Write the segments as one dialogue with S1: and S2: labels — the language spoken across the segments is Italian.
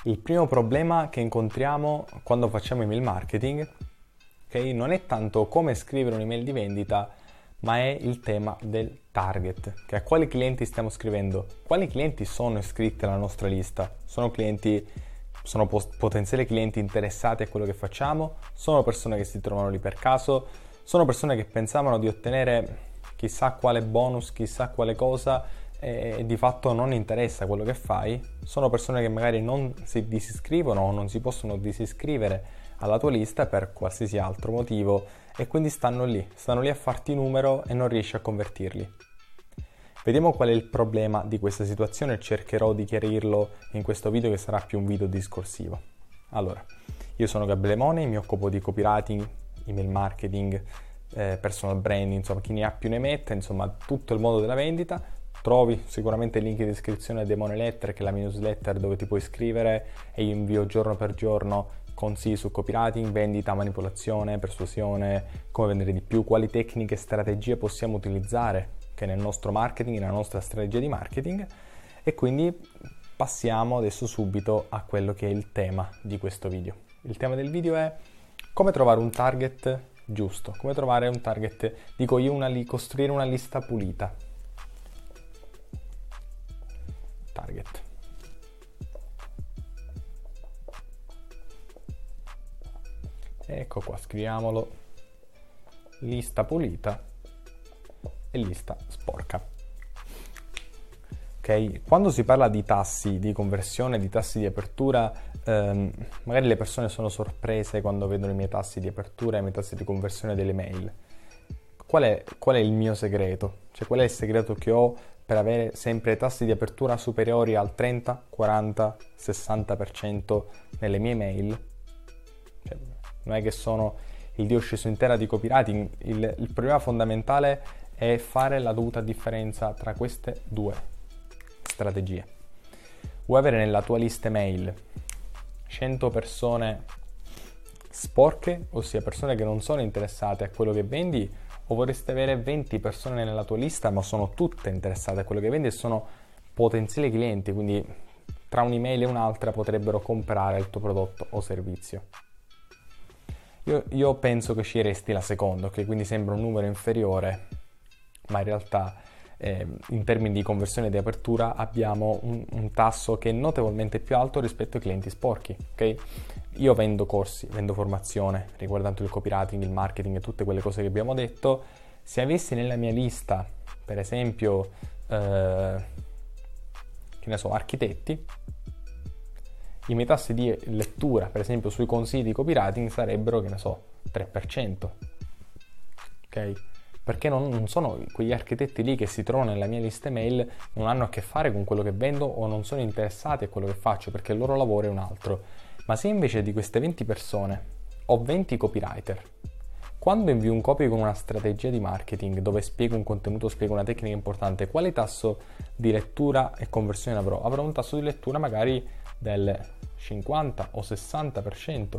S1: Il primo problema che incontriamo quando facciamo email marketing, okay, non è tanto come scrivere un'email di vendita, ma è il tema del target, che a quali clienti stiamo scrivendo, quali clienti sono iscritti alla nostra lista, sono potenziali clienti interessati a quello che facciamo, sono persone che si trovano lì per caso, sono persone che pensavano di ottenere chissà quale bonus, chissà quale cosa e di fatto non interessa quello che fai, sono persone che magari non si disiscrivono o non si possono disiscrivere alla tua lista per qualsiasi altro motivo e quindi stanno lì a farti numero e non riesci a convertirli. Vediamo qual è il problema di questa situazione e cercherò di chiarirlo in questo video che sarà più un video discorsivo. Allora, io sono Gabriele Mone, mi occupo di copywriting, email marketing, personal branding, insomma chi ne ha più ne metta, insomma tutto il mondo della vendita. Trovi sicuramente il link in descrizione a The Money Letter, che è la mia newsletter dove ti puoi iscrivere e io invio giorno per giorno consigli su copywriting, vendita, manipolazione, persuasione, come vendere di più, quali tecniche e strategie possiamo utilizzare che nel nostro marketing, nella nostra strategia di marketing. E quindi passiamo adesso subito a quello che è il tema di questo video. Il tema del video è come trovare un target giusto, come trovare un target, dico io, costruire una lista pulita. Target. Ecco qua, scriviamolo: lista pulita e lista sporca. Ok, quando si parla di tassi di conversione, di tassi di apertura, magari le persone sono sorprese quando vedono i miei tassi di apertura e i miei tassi di conversione delle mail. Qual è il mio segreto? Cioè, qual è il segreto che ho per avere sempre tassi di apertura superiori al 30, 40, 60% nelle mie mail? Cioè, non è che sono il dio sceso in terra di copywriting, il problema fondamentale è fare la dovuta differenza tra queste due strategie. Vuoi avere nella tua lista mail 100 persone sporche, ossia persone che non sono interessate a quello che vendi, o vorresti avere 20 persone nella tua lista ma sono tutte interessate a quello che vendi e sono potenziali clienti, quindi tra un'email e un'altra potrebbero comprare il tuo prodotto o servizio? Io penso che sceglieresti la seconda, che quindi sembra un numero inferiore, ma in realtà in termini di conversione e di apertura abbiamo un tasso che è notevolmente più alto rispetto ai clienti sporchi, ok? Io vendo corsi, vendo formazione riguardante il copywriting, il marketing e tutte quelle cose che abbiamo detto. Se avessi nella mia lista, per esempio, che ne so, architetti, i miei tassi di lettura, per esempio, sui consigli di copywriting sarebbero, che ne so, 3%. Ok? Perché non sono quegli architetti lì che si trovano nella mia lista email, non hanno a che fare con quello che vendo o non sono interessati a quello che faccio perché il loro lavoro è un altro. Ma se invece di queste 20 persone ho 20 copywriter, quando invio un copy con una strategia di marketing dove spiego un contenuto, spiego una tecnica importante, quale tasso di lettura e conversione avrò? Avrò un tasso di lettura magari del 50 o 60%.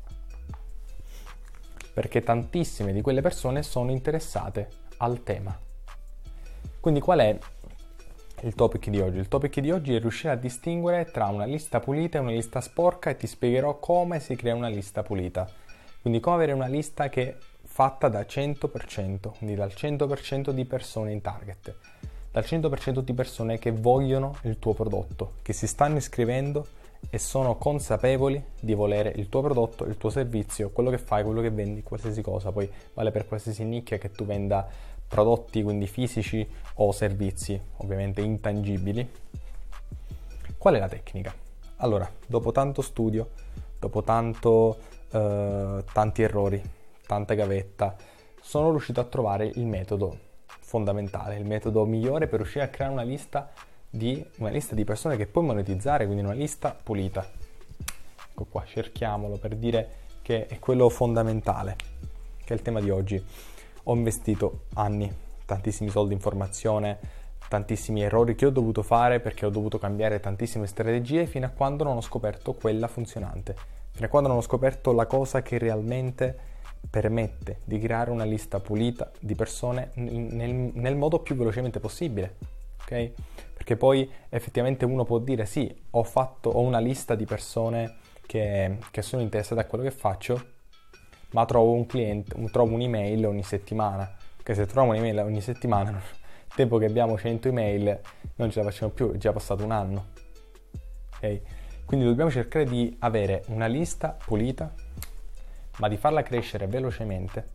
S1: Perché tantissime di quelle persone sono interessate al tema. Quindi qual è il topic di oggi? Il topic di oggi è riuscire a distinguere tra una lista pulita e una lista sporca e ti spiegherò come si crea una lista pulita. Quindi come avere una lista che è fatta da 100%, quindi dal 100% di persone in target, dal 100% di persone che vogliono il tuo prodotto, che si stanno iscrivendo e sono consapevoli di volere il tuo prodotto, il tuo servizio, quello che fai, quello che vendi, qualsiasi cosa. Poi vale per qualsiasi nicchia che tu venda prodotti, quindi fisici o servizi, ovviamente intangibili. Qual è la tecnica? Allora, dopo tanto studio, dopo tanti errori, tanta gavetta, sono riuscito a trovare il metodo fondamentale, il metodo migliore per riuscire a creare una lista di persone che puoi monetizzare, quindi una lista pulita. Ecco qua, cerchiamolo per dire che è quello fondamentale, che è il tema di oggi. Ho investito anni, tantissimi soldi in formazione, tantissimi errori che ho dovuto fare perché ho dovuto cambiare tantissime strategie fino a quando non ho scoperto quella funzionante, fino a quando non ho scoperto la cosa che realmente permette di creare una lista pulita di persone nel modo più velocemente possibile. ok? Perché poi effettivamente uno può dire sì, ho una lista di persone che sono interessate a quello che faccio, ma trovo un cliente, trovo un'email ogni settimana, che se trovo un'email ogni settimana, il tempo che abbiamo 100 email non ce la facciamo più, è già passato un anno, ok? Quindi dobbiamo cercare di avere una lista pulita, ma di farla crescere velocemente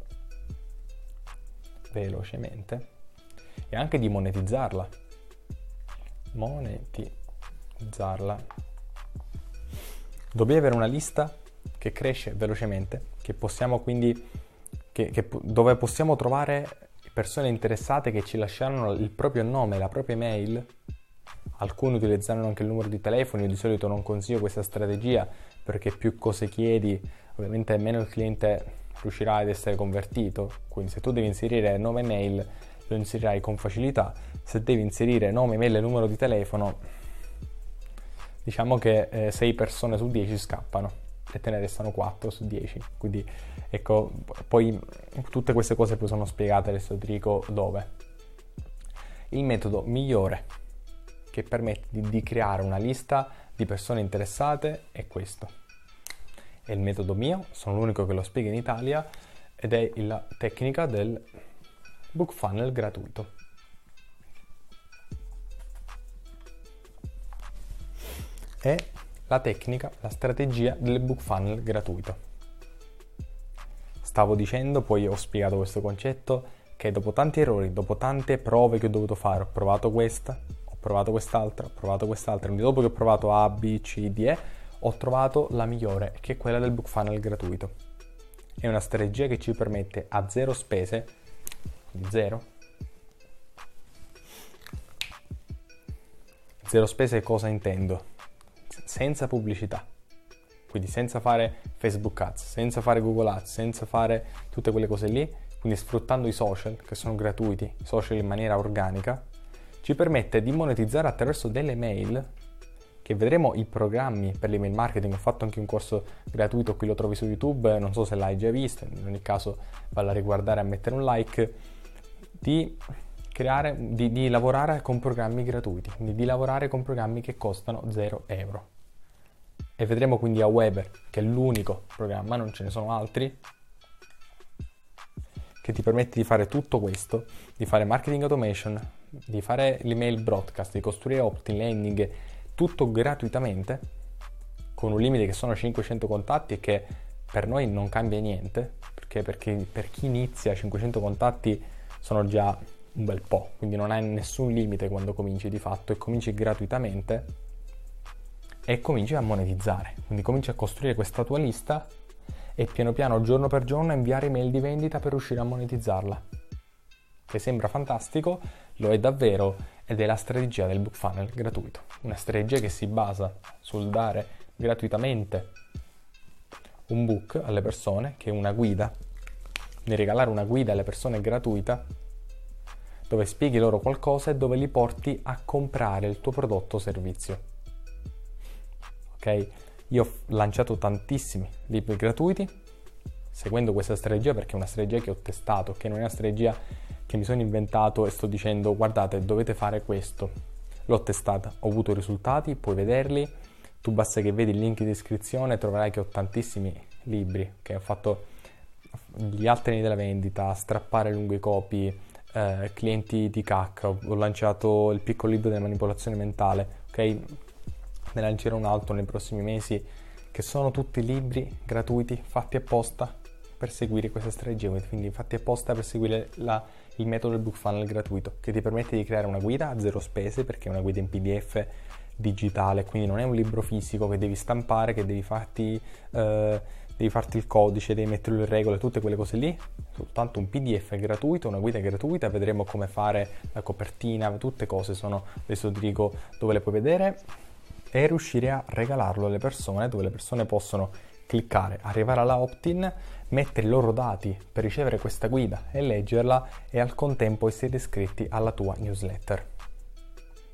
S1: e anche di monetizzarla. Dobbiamo avere una lista che cresce velocemente, che possiamo quindi dove possiamo trovare persone interessate che ci lasciano il proprio nome, la propria email. Alcuni utilizzano anche il numero di telefono. Io di solito non consiglio questa strategia, perché più cose chiedi, ovviamente meno il cliente riuscirà ad essere convertito. Quindi se tu devi inserire nome e mail, lo inserirai con facilità. Se devi inserire nome, mail e numero di telefono, diciamo che 6 persone su 10 scappano e te ne restano 4 su 10. Quindi ecco, poi tutte queste cose poi sono spiegate, adesso ti dico dove. Il metodo migliore che permette di creare una lista di persone interessate è questo. È il metodo mio, sono l'unico che lo spiega in Italia, ed è la tecnica del book funnel gratuito. È la tecnica, la strategia del book funnel gratuito. Stavo dicendo, poi ho spiegato questo concetto, che dopo tanti errori, dopo tante prove che ho dovuto fare, ho provato questa, ho provato quest'altra, quindi dopo che ho provato A, B, C, D, E, ho trovato la migliore, che è quella del book funnel gratuito. È una strategia che ci permette a zero spese, zero spese cosa intendo? Senza pubblicità, quindi senza fare Facebook Ads, senza fare Google Ads, senza fare tutte quelle cose lì, quindi sfruttando i social che sono gratuiti, social in maniera organica, ci permette di monetizzare attraverso delle mail, che vedremo i programmi per l'email marketing. Ho fatto anche un corso gratuito, qui lo trovi su YouTube, non so se l'hai già visto, in ogni caso valla a riguardare e a mettere un like, di lavorare con programmi gratuiti, quindi di lavorare con programmi che costano 0 euro. E vedremo quindi Aweber, che è l'unico programma, non ce ne sono altri, che ti permette di fare tutto questo, di fare marketing automation, di fare l'email broadcast, di costruire opt-in, landing, tutto gratuitamente, con un limite che sono 500 contatti e che per noi non cambia niente, perché per chi inizia 500 contatti sono già un bel po', quindi non hai nessun limite quando cominci di fatto, e cominci gratuitamente e cominci a monetizzare, quindi cominci a costruire questa tua lista e piano piano, giorno per giorno, inviare email di vendita per riuscire a monetizzarla, che sembra fantastico, lo è davvero, ed è la strategia del book funnel gratuito, una strategia che si basa sul dare gratuitamente un book alle persone, che è una guida, di regalare una guida alle persone gratuita, dove spieghi loro qualcosa e dove li porti a comprare il tuo prodotto o servizio. Ok? Io ho lanciato tantissimi libri gratuiti seguendo questa strategia, perché è una strategia che ho testato, che non è una strategia che mi sono inventato e sto dicendo guardate, dovete fare questo. L'ho testata, ho avuto risultati, puoi vederli. Tu basta che vedi il link di iscrizione, troverai che ho tantissimi libri, che ho fatto gli altri della vendita, strappare lungo i copy, clienti di CAC, ho lanciato il piccolo libro della manipolazione mentale, ok? Ne lancerò un altro nei prossimi mesi, che sono tutti libri gratuiti fatti apposta per seguire questa strategia, quindi fatti apposta per seguire il metodo del book funnel gratuito, che ti permette di creare una guida a zero spese, perché è una guida in PDF digitale, quindi non è un libro fisico che devi stampare, che devi farti il codice, devi metterlo in regola, tutte quelle cose lì. Soltanto un PDF gratuito, una guida gratuita, vedremo come fare la copertina, tutte cose sono, adesso ti dico dove le puoi vedere, e riuscire a regalarlo alle persone, dove le persone possono cliccare, arrivare alla opt-in, mettere i loro dati per ricevere questa guida e leggerla, e al contempo essere iscritti alla tua newsletter.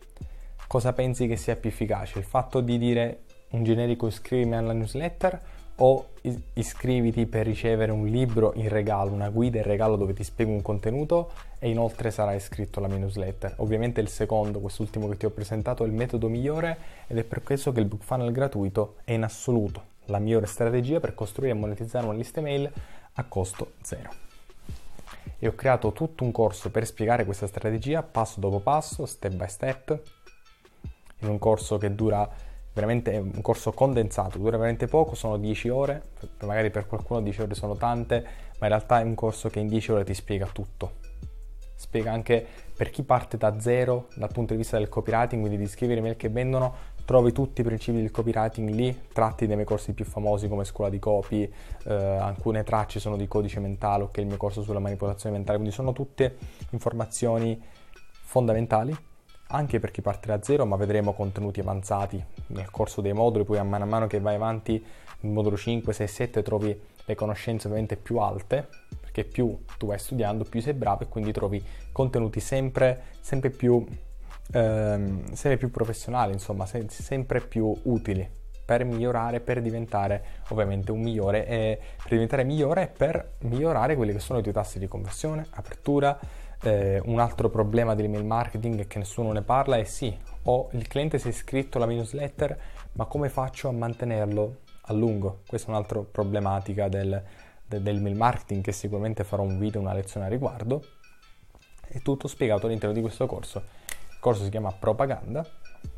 S1: Cosa pensi che sia più efficace? Il fatto di dire un generico iscrivimi alla newsletter, o iscriviti per ricevere un libro in regalo, una guida in regalo dove ti spiego un contenuto e inoltre sarai iscritto alla mia newsletter. Ovviamente il secondo, quest'ultimo che ti ho presentato, è il metodo migliore ed è per questo che il Book Funnel gratuito è in assoluto la migliore strategia per costruire e monetizzare una lista email a costo zero. E ho creato tutto un corso per spiegare questa strategia passo dopo passo, step by step, in un corso che dura veramente, un corso condensato, dura veramente poco, sono 10 ore, magari per qualcuno 10 ore sono tante, ma in realtà è un corso che in 10 ore ti spiega tutto. Spiega anche per chi parte da zero dal punto di vista del copywriting, quindi di scrivere email che vendono, trovi tutti i principi del copywriting lì, tratti dei miei corsi più famosi come Scuola di Copy, alcune tracce sono di Codice Mentale, che è il mio corso sulla manipolazione mentale, quindi sono tutte informazioni fondamentali anche per chi parte da zero, ma vedremo contenuti avanzati nel corso dei moduli, poi a mano che vai avanti il modulo 5, 6, 7 trovi le conoscenze ovviamente più alte, perché più tu vai studiando più sei bravo e quindi trovi contenuti sempre più professionali, insomma sempre più utili per migliorare, per diventare ovviamente un migliore e per diventare migliore e per migliorare quelli che sono i tuoi tassi di conversione, apertura. Un altro problema dell'email marketing è che nessuno ne parla, e sì, il cliente si è iscritto alla mia newsletter, ma come faccio a mantenerlo a lungo? Questa è un'altra problematica dell'email marketing, che sicuramente farò un video, una lezione a riguardo. È tutto spiegato all'interno di questo corso. Il corso si chiama Propaganda,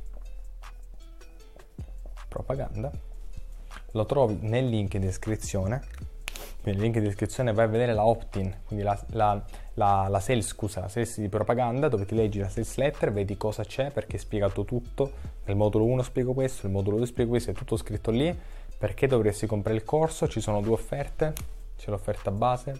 S1: lo trovi nel link in descrizione. Quindi nel link in descrizione vai a vedere la opt-in, quindi la sales di Propaganda, dove ti leggi la sales letter, vedi cosa c'è, perché è spiegato tutto. Nel modulo 1 spiego questo, nel modulo 2 spiego questo, è tutto scritto lì. Perché dovresti comprare il corso? Ci sono due offerte, c'è l'offerta base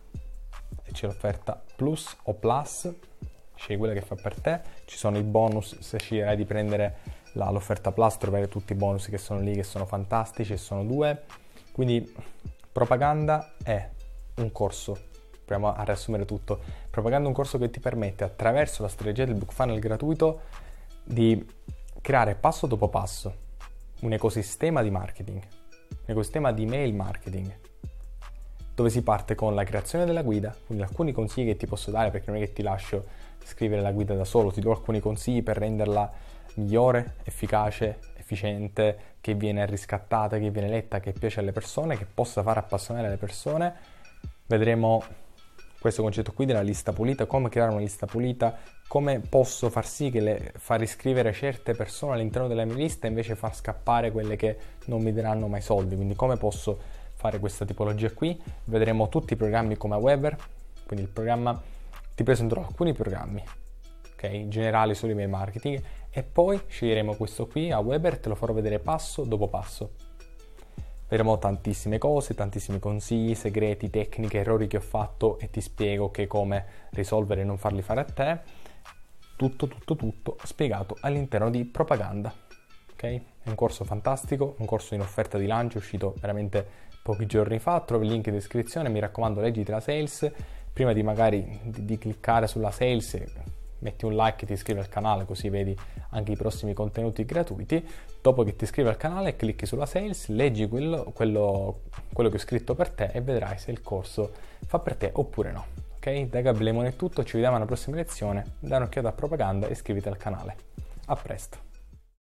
S1: e c'è l'offerta plus o plus, scegli quella che fa per te. Ci sono i bonus, se sceglierai di prendere l'offerta plus troverai tutti i bonus che sono lì, che sono fantastici, e sono due. Quindi Propaganda è un corso, proviamo a riassumere tutto. Propaganda è un corso che ti permette, attraverso la strategia del Book Funnel gratuito, di creare passo dopo passo un ecosistema di marketing, un ecosistema di email marketing, dove si parte con la creazione della guida, quindi alcuni consigli che ti posso dare, perché non è che ti lascio scrivere la guida da solo, ti do alcuni consigli per renderla migliore, efficace, efficiente, che viene riscattata, che viene letta, che piace alle persone, che possa far appassionare le persone. Vedremo questo concetto qui della lista pulita, come creare una lista pulita, come posso far sì che far iscrivere certe persone all'interno della mia lista e invece far scappare quelle che non mi daranno mai soldi, quindi come posso fare questa tipologia qui. Vedremo tutti i programmi come Aweber, quindi il programma, ti presenterò alcuni programmi, ok, generali sull'email marketing, e poi sceglieremo questo qui, Aweber, te lo farò vedere passo dopo passo. Vedremo tantissime cose, tantissimi consigli, segreti, tecniche, errori che ho fatto, e ti spiego che come risolvere e non farli fare a te. Tutto spiegato all'interno di Propaganda, ok? È un corso fantastico, un corso in offerta di lancio, è uscito veramente pochi giorni fa, trovi il link in descrizione. Mi raccomando, leggiti la sales, prima di magari di cliccare sulla sales, metti un like e ti iscrivi al canale, così vedi anche i prossimi contenuti gratuiti. Dopo che ti iscrivi al canale, clicchi sulla sales, leggi quello che ho scritto per te e vedrai se il corso fa per te oppure no. Ok? Da Gabriele Lemone è tutto, ci vediamo alla prossima lezione, dai un'occhiata a Propaganda e iscriviti al canale. A presto!